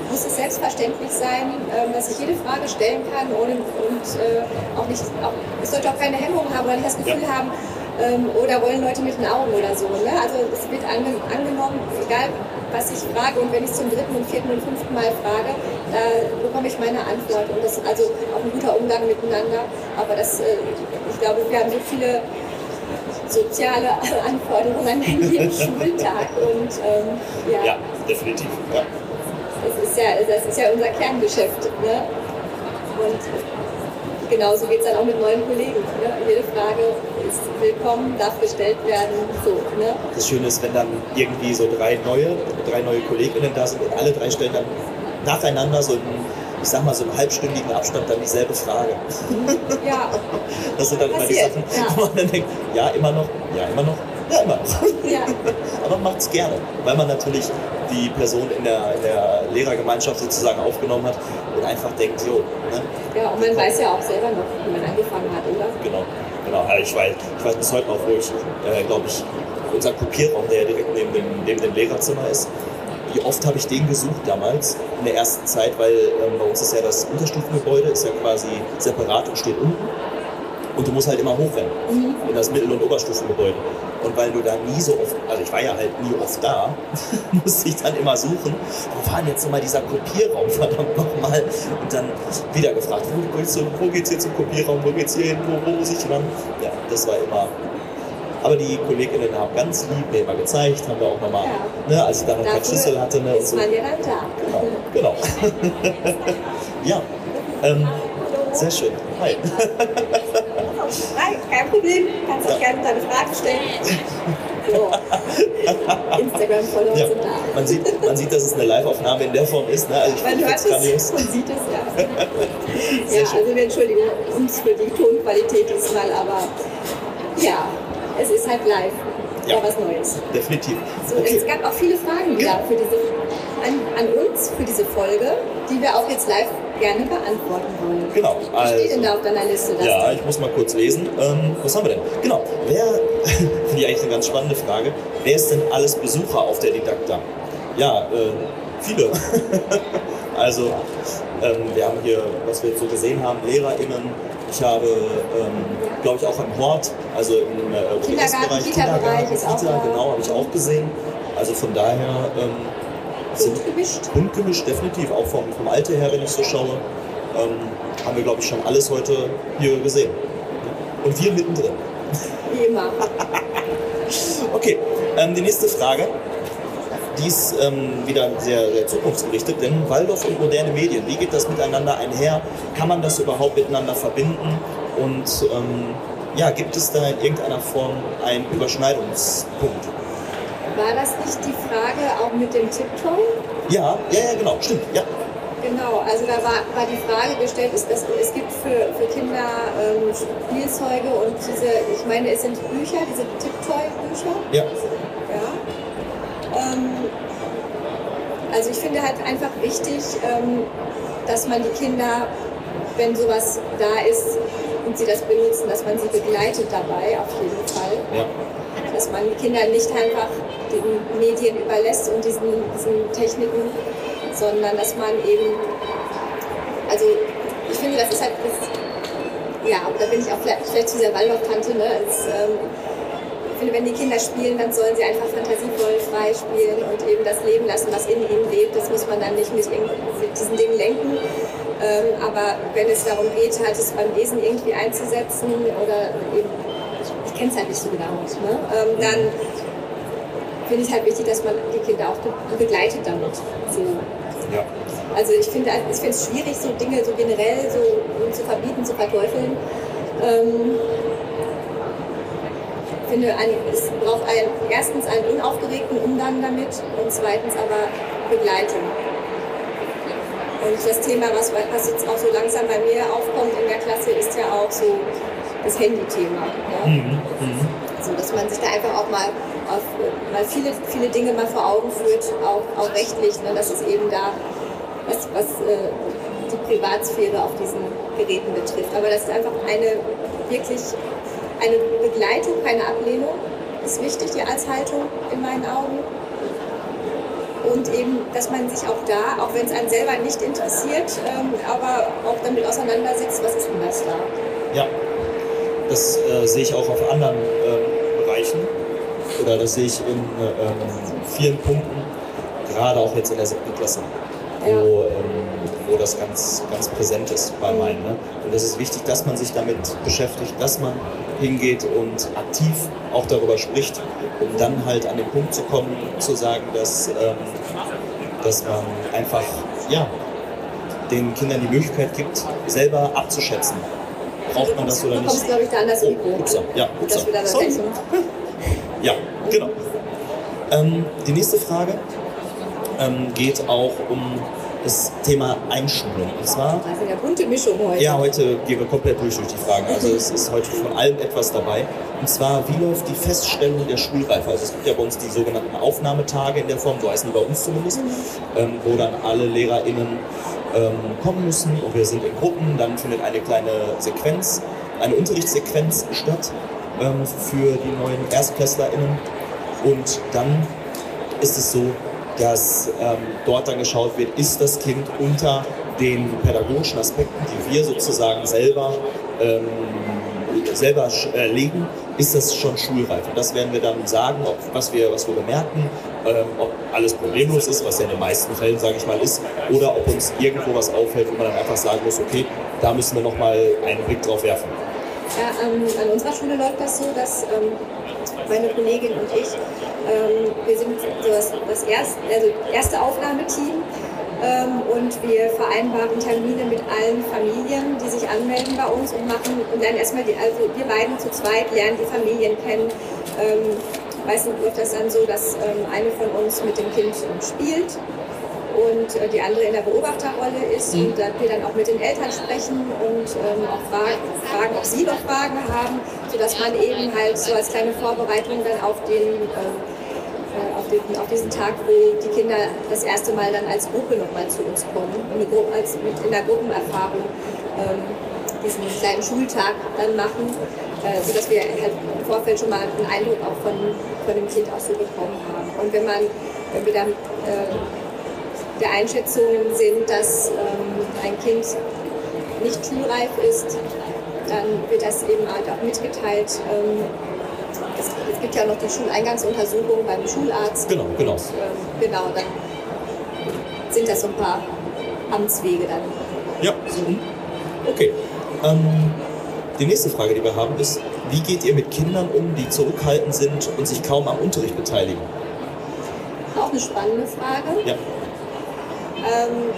B: muss es selbstverständlich sein, ähm, dass ich jede Frage stellen kann ohne, und äh, auch nicht, auch, ich sollte auch keine Hemmung haben oder nicht das Gefühl ja. haben, ähm, oder wollen Leute mit den Augen oder so. Ne? Also es wird ange angenommen, egal was ich frage, und wenn ich zum dritten und vierten und fünften Mal frage, da bekomme ich meine Antwort. Und das ist also auch ein guter Umgang miteinander. Aber das, äh, ich glaube, wir haben so viele soziale Anforderungen an jeden Schultag. Und, ähm, ja.
C: ja, definitiv. Ja.
B: Das ist ja, das ist ja unser Kerngeschäft. Ne? Und genauso geht es dann auch mit neuen Kollegen. Ne? Jede Frage ist willkommen, darf gestellt werden. So, ne?
C: Das Schöne ist, wenn dann irgendwie so drei neue, drei neue KollegInnen da sind und alle drei stellen dann nacheinander so in, ich sag mal, so einem halbstündigen Abstand dann dieselbe Frage.
B: Ja.
C: Das sind dann immer die Sachen, ja. wo man dann denkt, ja, immer noch, ja, immer noch, ja, immer noch.
B: Ja.
C: Aber man macht es gerne, weil man natürlich die Person in der, in der Lehrergemeinschaft sozusagen aufgenommen hat und einfach denkt, jo. Ne?
B: Ja, und man weiß ja auch selber noch, wie man angefangen hat, oder?
C: Genau, genau. Also ich, weiß, ich weiß bis heute noch, wo ich, äh, glaube ich, unser Kopierraum, der ja direkt neben dem, neben dem Lehrerzimmer ist, wie oft habe ich den gesucht damals in der ersten Zeit, weil ähm, bei uns ist ja das Unterstufengebäude, ist ja quasi separat und steht unten. Und du musst halt immer hochrennen mhm. in das Mittel- und Oberstufengebäude. Und weil du da nie so oft, also ich war ja halt nie oft da, musste ich dann immer suchen, wo war denn jetzt nochmal dieser Kopierraum, verdammt nochmal. Und dann wieder gefragt, wo geht's, so, wo geht's hier zum Kopierraum, wo geht's hier hin, wo, wo muss ich ran? Ja, das war immer. Aber die KollegInnen haben ganz lieb mir immer gezeigt, haben wir auch nochmal, ja. ne, als ich da noch keinen Schlüssel hatte. Ne,
B: ist
C: so.
B: man ja dann da.
C: Genau, genau. Ja, ähm, sehr schön. Hi.
B: Hi, kein Problem, kannst auch ja. gerne deine Fragen stellen. So. Instagram-Follower
C: ja.
B: sind da.
C: Man sieht, man sieht, dass es eine Live-Aufnahme in der Form ist. Ne? Also ich
B: man hört es
C: grandios.
B: und sieht es, ja. ja, schön. Also wir entschuldigen uns für die Tonqualität diesmal, aber ja, es ist halt live. Ja, war was Neues.
C: Definitiv.
B: So, okay. Es gab auch viele Fragen wieder ja. für diese, an, an uns für diese Folge, die wir auch jetzt live gerne beantworten wollen.
C: Genau.
B: Was
C: also,
B: steht denn da auf deiner Liste?
C: Ja, denn? Ich muss mal kurz lesen. Ähm, was haben wir denn? Genau. Wer, finde ich eigentlich eine ganz spannende Frage, wer ist denn alles Besucher auf der Didakta? Ja, äh, viele. Also, ähm, wir haben hier, was wir jetzt so gesehen haben, LehrerInnen. Ich habe, ähm, glaube ich, auch im Hort, also im äh, O P S-Bereich,
B: Kindergarten, Kita, ist auch
C: Kita, genau, habe ich auch gesehen. Also von daher ähm, sind
B: bunt gemischt.
C: Bunt gemischt, definitiv. Auch vom, vom Alter her, wenn ich so schaue, ähm, haben wir, glaube ich, schon alles heute hier gesehen. Und wir mittendrin.
B: Wie immer.
C: Okay, ähm, die nächste Frage. Die ist ähm, wieder sehr, sehr zukunftsgerichtet, denn Waldorf und moderne Medien, wie geht das miteinander einher? Kann man das überhaupt miteinander verbinden? Und ähm, ja, gibt es da in irgendeiner Form einen Überschneidungspunkt?
B: War das nicht die Frage auch mit dem Tiptoe?
C: Ja, ja, ja, genau, stimmt, ja.
B: Genau, also da war, war die Frage gestellt, ist, dass es gibt für, für Kinder ähm, Spielzeuge und diese, ich meine, es sind Bücher, diese Tiptoe-Bücher.
C: Ja.
B: Ja. Also ich finde halt einfach wichtig, dass man die Kinder, wenn sowas da ist und sie das benutzen, dass man sie begleitet dabei, auf jeden Fall.
C: Ja.
B: Dass man die Kinder nicht einfach den Medien überlässt und diesen, diesen Techniken, sondern dass man eben, also ich finde, das ist halt, das, ja, da bin ich auch vielleicht, vielleicht zu sehr Waldorf-Tante, ne? Es, ähm, Ich finde, wenn die Kinder spielen, dann sollen sie einfach fantasievoll frei spielen und eben das Leben lassen, was in ihnen lebt. Das muss man dann nicht mit, mit diesen Dingen lenken. Ähm, aber wenn es darum geht, halt es beim Lesen irgendwie einzusetzen oder eben, ich kenne es halt nicht so genau, ne? ähm, dann finde ich halt wichtig, dass man die Kinder auch begleitet damit. So.
C: Ja.
B: Also ich finde ich finde es schwierig, so Dinge so generell so zu verbieten, zu verteufeln. Ähm, Ich finde, es braucht ein, erstens einen unaufgeregten Umgang damit und zweitens aber Begleitung. Und das Thema, was, was jetzt auch so langsam bei mir aufkommt in der Klasse, ist ja auch so das Handy-Thema. Ja? Mhm. Mhm. So, dass man sich da einfach auch mal, auf, mal viele, viele Dinge mal vor Augen führt, auch, auch rechtlich, ne? Dass es eben da, was, was äh, die Privatsphäre auf diesen Geräten betrifft. Aber das ist einfach eine wirklich eine Begleitung, keine Ablehnung, ist wichtig, die als Haltung in meinen Augen. und eben, dass man sich auch da, auch wenn es einen selber nicht interessiert, ähm, aber auch damit auseinandersetzt, was ist denn das da?
C: Ja, das äh, sehe ich auch auf anderen ähm, Bereichen oder das sehe ich in ähm, vielen Punkten, gerade auch jetzt in der siebten Klasse, wo,
B: Ja.
C: ähm, wo das ganz, ganz präsent ist bei meinen. Ne? Und es ist wichtig, dass man sich damit beschäftigt, dass man hingeht und aktiv auch darüber spricht, um dann halt an den Punkt zu kommen, zu sagen, dass, ähm, dass man einfach ja, den Kindern die Möglichkeit gibt, selber abzuschätzen. Braucht man das oder
B: Du
C: nicht?
B: kommst, glaube ich, da an das
C: Oh,
B: Mikro.
C: upsa, ja, upsa.
B: Dass wir da
C: Sorry.
B: wechseln.
C: Ja, genau. Ähm, die nächste Frage ähm, geht auch um das Thema Einschulung. Und zwar,
B: Das ist eine bunte Mischung heute.
C: ja, heute gehen wir komplett durch durch die Fragen. Also es ist heute von allem etwas dabei. Und zwar, wie läuft die Feststellung der Schulreife? Also es gibt ja bei uns die sogenannten Aufnahmetage in der Form, so heißen die bei uns zumindest, ähm, wo dann alle LehrerInnen ähm, kommen müssen und wir sind in Gruppen. Dann findet eine kleine Sequenz, eine Unterrichtssequenz statt ähm, für die neuen ErstklässlerInnen. Und dann ist es so, dass ähm, dort dann geschaut wird, ist das Kind unter den pädagogischen Aspekten, die wir sozusagen selber, ähm, selber äh, legen, ist das schon schulreif. Und das werden wir dann sagen, ob, was, wir, was wir bemerken, ähm, ob alles problemlos ist, was ja in den meisten Fällen, sage ich mal, ist, oder ob uns irgendwo was auffällt, wo man dann einfach sagen muss, okay, da müssen wir nochmal einen Blick drauf werfen.
B: Ja, ähm, an unserer Schule läuft das so, dass ähm, meine Kollegin und ich, ähm, wir sind so das, das erste, also erste Aufnahmeteam ähm, und wir vereinbaren Termine mit allen Familien, die sich anmelden bei uns und machen und lernen erstmal, die, also wir beiden zu zweit lernen die Familien kennen. Ähm, meistens läuft das dann so, dass ähm, eine von uns mit dem Kind ähm, spielt und äh, die andere in der Beobachterrolle ist und dass wir dann auch mit den Eltern sprechen und ähm, auch fragen, fragen, ob sie noch Fragen haben, sodass man eben halt so als kleine Vorbereitung dann auf den, ähm, äh, auf den auf diesen Tag, wo die Kinder das erste Mal dann als Gruppe nochmal zu uns kommen, eine Gruppe, als mit in der Gruppenerfahrung ähm, diesen kleinen Schultag dann machen, äh, sodass wir halt im Vorfeld schon mal einen Eindruck auch von, von dem Kind auch so bekommen haben. Und wenn man, wenn wir dann äh, der Einschätzung sind, dass ähm, ein Kind nicht schulreif ist, dann wird das eben halt auch mitgeteilt. Ähm, es, es gibt ja noch die Schuleingangsuntersuchung beim Schularzt.
C: Genau, genau.
B: Und, ähm, genau, dann sind das so ein paar Amtswege dann.
C: Ja, okay. Ähm, die nächste Frage, die wir haben, ist, wie geht ihr mit Kindern um, die zurückhaltend sind und sich kaum am Unterricht beteiligen?
B: Auch eine spannende Frage.
C: Ja.
B: Ähm,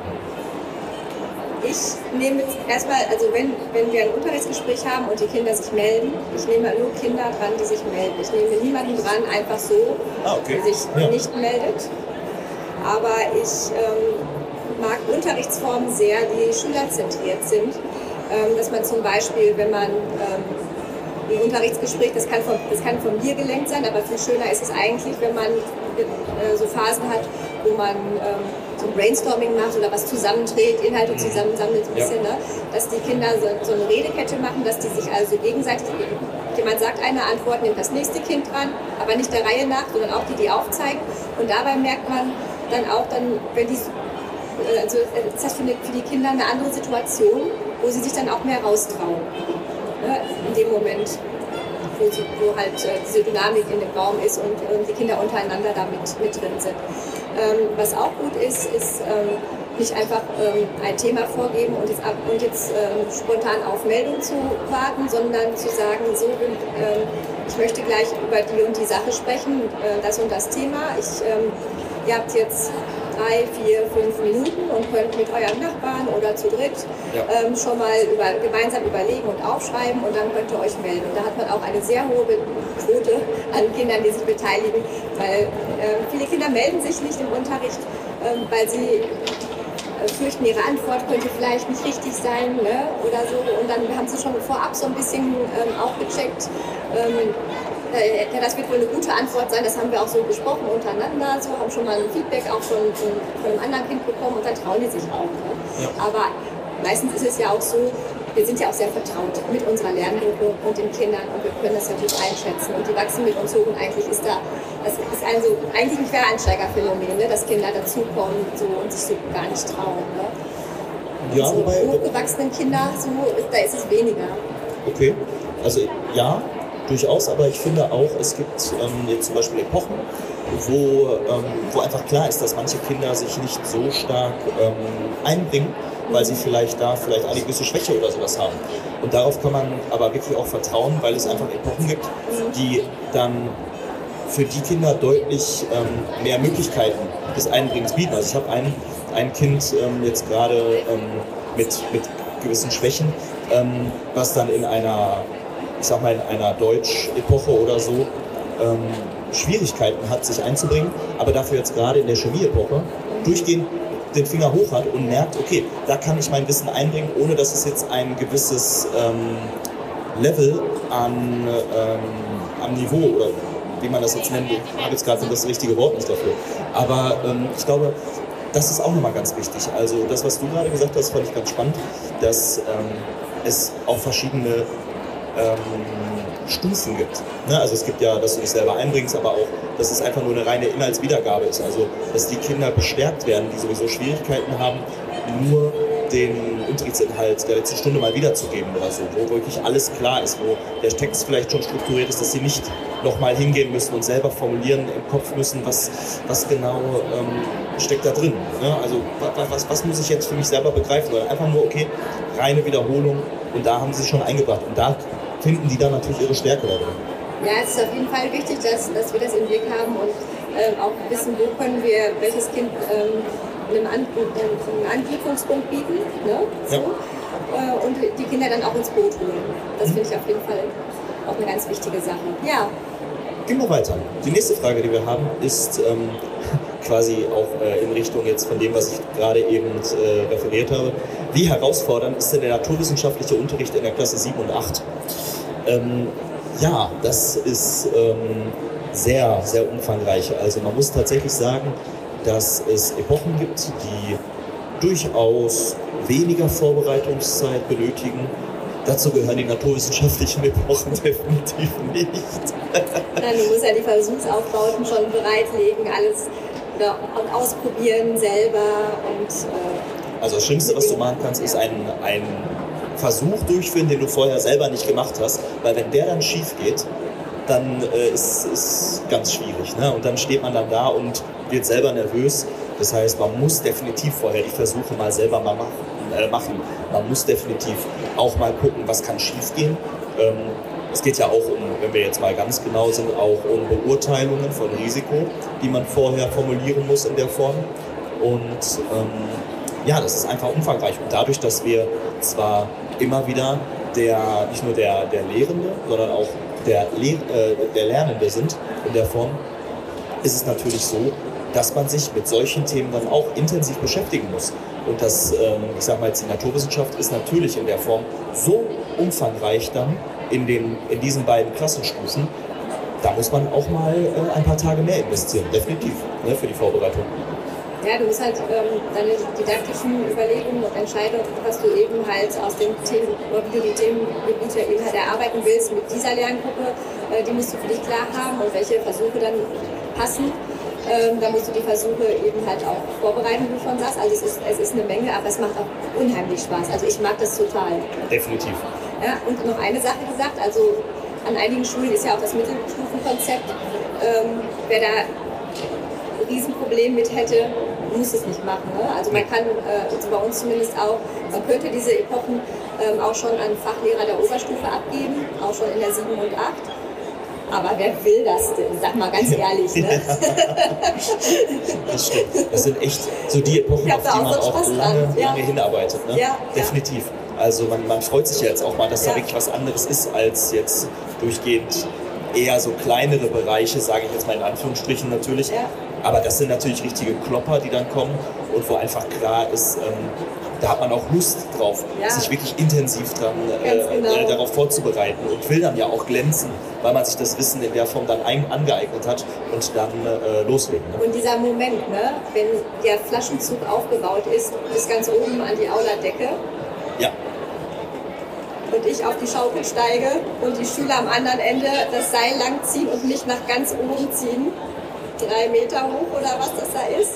B: ich nehme jetzt erstmal, also wenn, wenn wir ein Unterrichtsgespräch haben und die Kinder sich melden, ich nehme nur Kinder dran, die sich melden. Ich nehme niemanden dran, einfach so,
C: Ah, okay.
B: der sich
C: Ja.
B: nicht meldet. Aber ich ähm, mag Unterrichtsformen sehr, die schülerzentriert sind. Ähm, dass man zum Beispiel, wenn man ähm, ein Unterrichtsgespräch, das kann, von, das kann von mir gelenkt sein, aber viel schöner ist es eigentlich, wenn man äh, so Phasen hat, wo man ähm, so ein Brainstorming macht oder was zusammenträgt, Inhalte zusammensammelt, so ein bisschen, ne? Dass die Kinder so, so eine Redekette machen, dass die sich also gegenseitig, jemand sagt eine Antwort, nimmt das nächste Kind dran, aber nicht der Reihe nach, sondern auch die, die aufzeigen. Und dabei merkt man dann auch, dann, wenn die, also ist das für, eine, für die Kinder eine andere Situation, wo sie sich dann auch mehr raustrauen. Ne? In dem Moment, wo, sie, wo halt äh, diese Dynamik in dem Raum ist und, und die Kinder untereinander da mit, mit drin sind. Ähm, was auch gut ist, ist ähm, nicht einfach ähm, ein Thema vorgeben und jetzt, ab, und jetzt ähm, spontan auf Meldung zu warten, sondern zu sagen, so, ähm, ich möchte gleich über die und die Sache sprechen, äh, das und das Thema. Ich, ähm, ihr habt jetzt drei, vier, fünf Minuten und könnt mit euren Nachbarn oder zu dritt
C: Ja.
B: ähm, schon mal über, gemeinsam überlegen und aufschreiben und dann könnt ihr euch melden. Und da hat man auch eine sehr hohe Quote an Kindern, die sich beteiligen, weil äh, viele Kinder melden sich nicht im Unterricht, ähm, weil sie äh, fürchten, ihre Antwort könnte vielleicht nicht richtig sein, ne? Oder so. Und dann haben sie schon vorab so ein bisschen ähm, auch gecheckt, ähm, ja, das wird wohl eine gute Antwort sein, das haben wir auch so besprochen untereinander, so haben schon mal ein Feedback auch von, von, von einem anderen Kind bekommen und dann trauen die sich auch. Ne?
C: Ja.
B: Aber meistens ist es ja auch so, wir sind ja auch sehr vertraut mit unserer Lerngruppe und den Kindern und wir können das ja gut einschätzen. Und die wachsen mit uns hoch und eigentlich ist da, das ist also eigentlich ein Quereinsteigerphänomen, ne? Dass Kinder dazukommen so, und sich so gar nicht trauen. Ne?
C: Ja,
B: so
C: wobei,
B: hochgewachsenen Kinder, so, da ist es weniger.
C: Okay, also ja, durchaus, aber ich finde auch, es gibt ähm, jetzt zum Beispiel Epochen, wo, ähm, wo einfach klar ist, dass manche Kinder sich nicht so stark ähm, einbringen, weil sie vielleicht da vielleicht eine gewisse Schwäche oder sowas haben. Und darauf kann man aber wirklich auch vertrauen, weil es einfach Epochen gibt, die dann für die Kinder deutlich ähm, mehr Möglichkeiten des Einbringens bieten. Also ich habe ein, ein Kind ähm, jetzt gerade ähm, mit, mit gewissen Schwächen, ähm, was dann in einer, ich sag mal, in einer Deutsch-Epoche oder so ähm, Schwierigkeiten hat, sich einzubringen, aber dafür jetzt gerade in der Chemie-Epoche durchgehend den Finger hoch hat und merkt, okay, da kann ich mein Wissen einbringen, ohne dass es jetzt ein gewisses ähm, Level an, ähm, am Niveau oder wie man das jetzt nennt, ich habe jetzt gerade das richtige Wort nicht dafür. Aber ähm, ich glaube, das ist auch nochmal ganz wichtig. Also das, was du gerade gesagt hast, fand ich ganz spannend, dass ähm, es auch verschiedene ähm, Stufen gibt. Ne? Also es gibt ja, dass du dich selber einbringst, aber auch, dass es einfach nur eine reine Inhaltswiedergabe ist. Also dass die Kinder bestärkt werden, die sowieso Schwierigkeiten haben, nur den Unterrichtsinhalt der letzten Stunde mal wiederzugeben oder so, wo wirklich alles klar ist, wo der Text vielleicht schon strukturiert ist, dass sie nicht nochmal hingehen müssen und selber formulieren im Kopf müssen, was, was genau ähm, steckt da drin. Ne? Also was, was, was muss ich jetzt für mich selber begreifen, sondern einfach nur, okay, reine Wiederholung und da haben sie es schon eingebracht und da finden die dann natürlich ihre Stärke da drin.
B: Ja, es ist auf jeden Fall wichtig, dass, dass wir das im Blick haben und ähm, auch wissen, wo können wir welches Kind ähm, einen, An einen Anknüpfungspunkt bieten, ne? So. Ja. Äh, und die Kinder dann auch ins Boot holen. Das mhm. finde ich auf jeden Fall auch eine ganz wichtige Sache. Ja.
C: Gehen wir weiter. Die nächste Frage, die wir haben, ist ähm, quasi auch äh, in Richtung jetzt von dem, was ich gerade eben äh, referiert habe. Wie herausfordernd ist denn der naturwissenschaftliche Unterricht in der Klasse sieben und acht? Ähm, ja, das ist ähm, sehr, sehr umfangreich. Also man muss tatsächlich sagen, dass es Epochen gibt, die durchaus weniger Vorbereitungszeit benötigen. Dazu gehören die naturwissenschaftlichen Epochen definitiv nicht.
B: Ja, du musst ja die Versuchsaufbauten schon bereitlegen, alles oder ausprobieren selber. Und, äh,
C: also das Schlimmste, was du machen kannst, ist einen, einen Versuch durchführen, den du vorher selber nicht gemacht hast. Weil wenn der dann schief geht, dann äh, ist es ganz schwierig. Ne? Und dann steht man dann da und wird selber nervös. Das heißt, man muss definitiv vorher die Versuche mal selber mal machen. Äh, machen. Man muss definitiv auch mal gucken, was kann schief gehen. Ähm, es geht ja auch um, wenn wir jetzt mal ganz genau sind, auch um Beurteilungen von Risiko, die man vorher formulieren muss in der Form. Und ähm, ja, das ist einfach umfangreich. Und dadurch, dass wir zwar immer wieder der, nicht nur der, der Lehrende, sondern auch der, Le äh, der Lernende sind in der Form, ist es natürlich so, dass man sich mit solchen Themen dann auch intensiv beschäftigen muss. Und das, ähm, ich sage mal jetzt, die Naturwissenschaft ist natürlich in der Form so umfangreich dann in, den, in diesen beiden Klassenstufen, da muss man auch mal äh, ein paar Tage mehr investieren, definitiv, ne, für die Vorbereitung.
B: Ja, du musst halt ähm, deine didaktischen Überlegungen und Entscheidungen, was du eben halt aus den Themen, oder wie du die Themengebiete eben halt erarbeiten willst mit dieser Lerngruppe, äh, die musst du für dich klar haben und welche Versuche dann passen. Ähm, da musst du die Versuche eben halt auch vorbereiten, wie du schon sagst. Also es ist, es ist eine Menge, aber es macht auch unheimlich Spaß. Also ich mag das total.
C: Definitiv.
B: Ja, und noch eine Sache gesagt, also an einigen Schulen ist ja auch das Mittelstufenkonzept. Ähm, wer da ein Riesenproblem mit hätte, muss es nicht machen. Ne? Also man kann, äh, also bei uns zumindest auch, man könnte diese Epochen ähm, auch schon an Fachlehrer der Oberstufe abgeben, auch schon in der sieben und acht. Aber wer will das denn? Sag mal ganz ehrlich. Ne?
C: Das stimmt. Das sind echt so die Epochen, auf die man auch lange, lange ja. hinarbeitet. Ne?
B: Ja,
C: definitiv. Ja. Also man, man freut sich ja jetzt auch mal, dass ja. da wirklich was anderes ist, als jetzt durchgehend eher so kleinere Bereiche, sage ich jetzt mal in Anführungsstrichen natürlich.
B: Ja.
C: Aber das sind natürlich richtige Klopper, die dann kommen und wo einfach klar ist, ähm, da hat man auch Lust drauf, ja. sich wirklich intensiv dran, äh, genau. äh, darauf vorzubereiten und will dann ja auch glänzen, weil man sich das Wissen in der Form dann ein, angeeignet hat und dann äh, loslegen. Ne?
B: Und dieser Moment, ne, wenn der Flaschenzug aufgebaut ist, bis ganz oben an die Auladecke, und ich auf die Schaukel steige und die Schüler am anderen Ende das Seil lang ziehen und mich nach ganz oben ziehen. Drei Meter hoch oder was das da ist.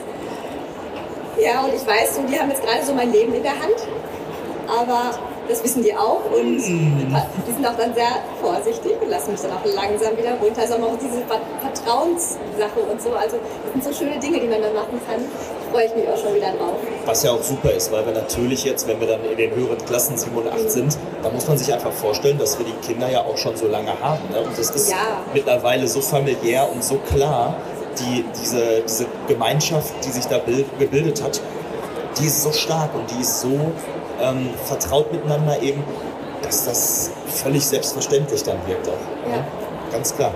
B: Ja, und ich weiß, so, die haben jetzt gerade so mein Leben in der Hand. Aber das wissen die auch und die sind auch dann sehr vorsichtig und lassen mich dann auch langsam wieder runter. Also auch diese Vertrauenssache und so. Also das sind so schöne Dinge, die man dann machen kann. Da freue ich mich auch schon wieder drauf.
C: Was ja auch super ist, weil wir natürlich jetzt, wenn wir dann in den höheren Klassen sieben und acht sind, da muss man sich einfach vorstellen, dass wir die Kinder ja auch schon so lange haben. Ne? Und das ist
B: ja.
C: mittlerweile so familiär und so klar, die, diese, diese Gemeinschaft, die sich da bild, gebildet hat, die ist so stark und die ist so ähm, vertraut miteinander eben, dass das völlig selbstverständlich dann wirkt auch.
B: Ja.
C: Ne? Ganz klar.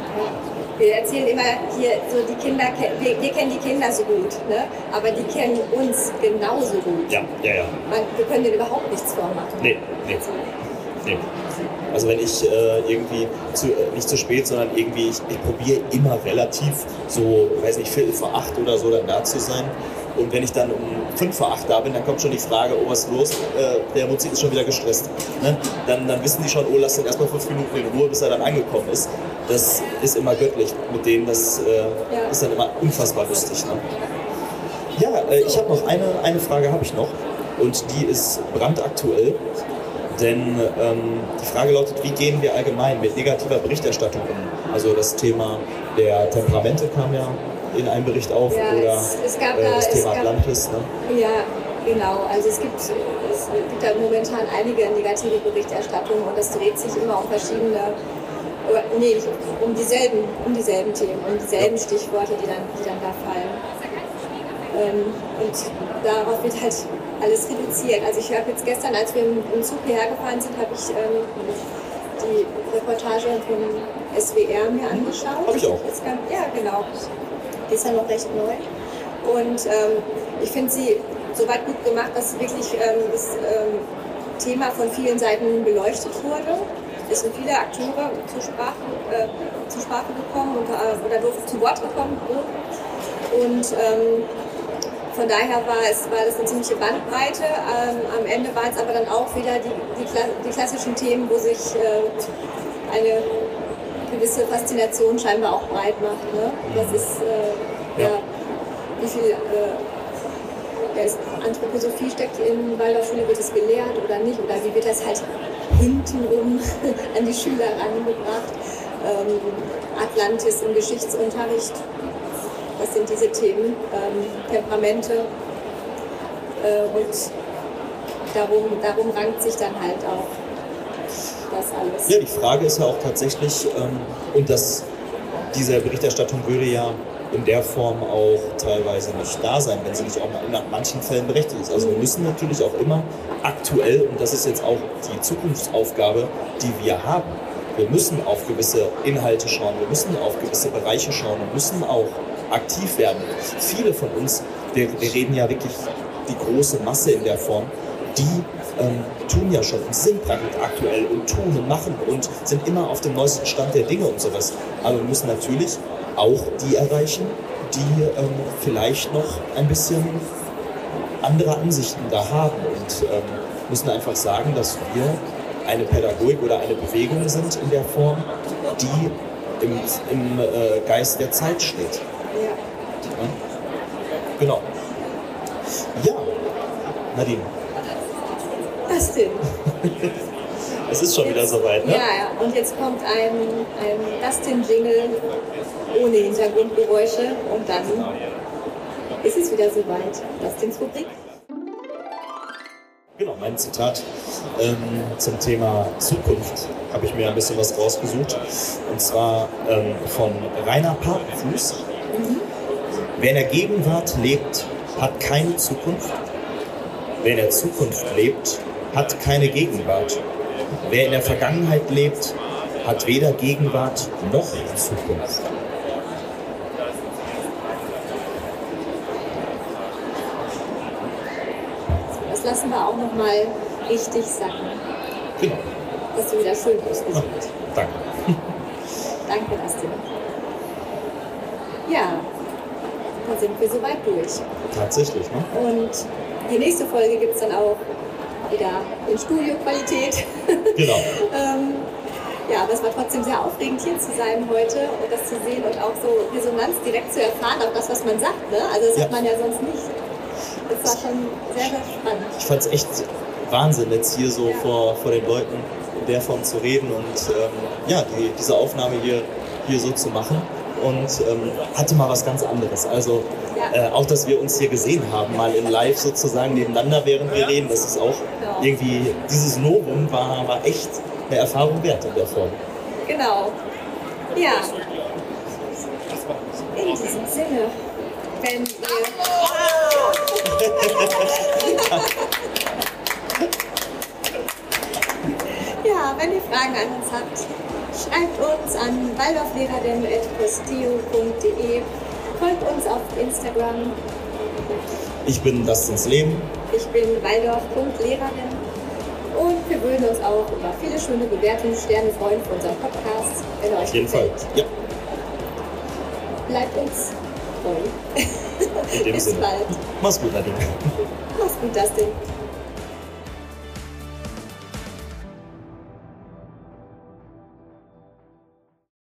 B: Wir erzählen immer hier, so die Kinder, wir, wir kennen die Kinder so gut, ne? Aber die kennen uns genauso gut.
C: Ja, ja, ja.
B: Man, wir können denen überhaupt nichts vormachen.
C: Nee, nee.
B: Also,
C: nee. Also wenn ich äh, irgendwie, zu, äh, nicht zu spät, sondern irgendwie, ich, ich probiere immer relativ so, weiß nicht, Viertel vor acht oder so dann da zu sein. Und wenn ich dann um fünf vor acht da bin, dann kommt schon die Frage, oh, was ist los? Äh, der Mutzi ist schon wieder gestresst. Ne? Dann, dann wissen die schon, oh, lass den erstmal fünf Minuten in Ruhe, bis er dann angekommen ist. Das ist immer göttlich mit denen, das äh,
B: ja.
C: ist dann immer unfassbar lustig. Ne? Ja, äh, ich habe noch eine, eine Frage habe ich noch und die ist brandaktuell. Denn ähm, die Frage lautet, wie gehen wir allgemein mit negativer Berichterstattung um? Also das Thema der Temperamente kam ja in einem Bericht auf
B: ja,
C: oder
B: es, es gab
C: äh,
B: da,
C: das
B: es
C: Thema
B: gab,
C: Atlantis. Ne?
B: Ja, genau. Also es gibt, es gibt da momentan einige negative Berichterstattungen und das dreht sich immer um verschiedene, nee, nicht um dieselben, um dieselben Themen, um dieselben ja. Stichworte, die dann, die dann da fallen. Ähm, und darauf wird halt alles reduziert. Also ich habe jetzt gestern, als wir im, im Zug hierher gefahren sind, habe ich ähm, die Reportage vom S W R mir angeschaut.
C: Habe ich auch.
B: Kann, ja, genau. Die ist ja noch recht neu. Und ähm, ich finde sie soweit gut gemacht, dass wirklich ähm, das ähm, Thema von vielen Seiten beleuchtet wurde. Es sind viele Akteure zur Sprache, äh, zur Sprache gekommen und, äh, oder durften zu Wort gekommen. Und ähm, von daher war, es, war das eine ziemliche Bandbreite. Ähm, am Ende waren es aber dann auch wieder die, die, die klassischen Themen, wo sich äh, eine gewisse Faszination scheinbar auch breit macht. Ne? Das ist, äh, ja. ja, wie viel äh, ja, ist, Anthroposophie steckt in Waldorfschule, wird es gelehrt oder nicht? Oder wie wird das halt hintenrum an die Schüler rangebracht? Ähm, Atlantis im Geschichtsunterricht. Das sind diese Themen, ähm, Temperamente äh, und darum, darum rankt sich dann halt auch das alles.
C: Ja, die Frage ist ja auch tatsächlich, ähm, und das, diese Berichterstattung würde ja in der Form auch teilweise nicht da sein, wenn sie nicht auch in manchen Fällen berechtigt ist. Also wir müssen natürlich auch immer aktuell, und das ist jetzt auch die Zukunftsaufgabe, die wir haben, wir müssen auf gewisse Inhalte schauen, wir müssen auf gewisse Bereiche schauen und müssen auch aktiv werden. Viele von uns, wir, wir reden ja wirklich die große Masse in der Form, die ähm, tun ja schon und sind aktuell und tun und machen und sind immer auf dem neuesten Stand der Dinge und sowas. Aber wir müssen natürlich auch die erreichen, die ähm, vielleicht noch ein bisschen andere Ansichten da haben und ähm, müssen einfach sagen, dass wir eine Pädagogik oder eine Bewegung sind in der Form, die im, im äh, Geist der Zeit steht.
B: Ja.
C: Ja? Genau. Ja, Nadine.
B: Was denn?
C: Es ist schon jetzt, wieder soweit, ne?
B: Ja, ja. Und jetzt kommt ein, ein Dustin-Jingle ohne Hintergrundgeräusche und dann ist es wieder soweit. Dustins Rubrik.
C: Genau, mein Zitat ähm, zum Thema Zukunft habe ich mir ein bisschen was rausgesucht. Und zwar ähm, von Rainer Papenfuß. Mhm. Wer in der Gegenwart lebt, hat keine Zukunft. Wer in der Zukunft lebt, hat keine Gegenwart. Wer in der Vergangenheit lebt, hat weder Gegenwart noch Zukunft.
B: Das lassen wir auch noch mal richtig sacken.
C: Genau.
B: Das hast du wieder schön ausgesucht.
C: Oh, danke.
B: Danke, Dustin. Ja, dann sind wir soweit durch.
C: Tatsächlich, ne?
B: Und die nächste Folge gibt es dann auch mal wieder in Studioqualität.
C: Genau.
B: ähm, ja, aber es war trotzdem sehr aufregend, hier zu sein heute und das zu sehen und auch so Resonanz direkt zu erfahren, auch das, was man sagt. Ne? Also das
C: Ja.
B: hat man ja sonst nicht. Das war schon sehr, sehr spannend.
C: Ich fand es echt Wahnsinn, jetzt hier so
B: Ja.
C: vor, vor den Leuten in der Form zu reden und ähm, ja, die, diese Aufnahme hier, hier so zu machen. Und ähm, hatte mal was ganz anderes. Also
B: Ja.
C: äh, auch, dass wir uns hier gesehen haben, mal in live sozusagen nebeneinander, während wir reden, das ist auch
B: Ja.
C: irgendwie, dieses Novum war, war echt eine Erfahrung wert in der Form.
B: Genau. Ja. In diesem Sinne, wenn ihr... Ja, wenn ihr Fragen an uns habt, schreibt uns an waldorflehrerin at posteo punkt de, folgt uns auf Instagram.
C: Ich bin Dustins Leben.
B: Ich bin waldorf punkt lehrerin und wir würden uns auch über viele schöne Bewertungen, Sterne freuen für unseren Podcast, wenn er euch
C: Auf jeden Fall.
B: gefällt.
C: Ja,
B: Bleibt uns treu.
C: in dem
B: Bis
C: Sinne.
B: bald.
C: Mach's gut, Nadine.
B: Mach's gut, Dustin.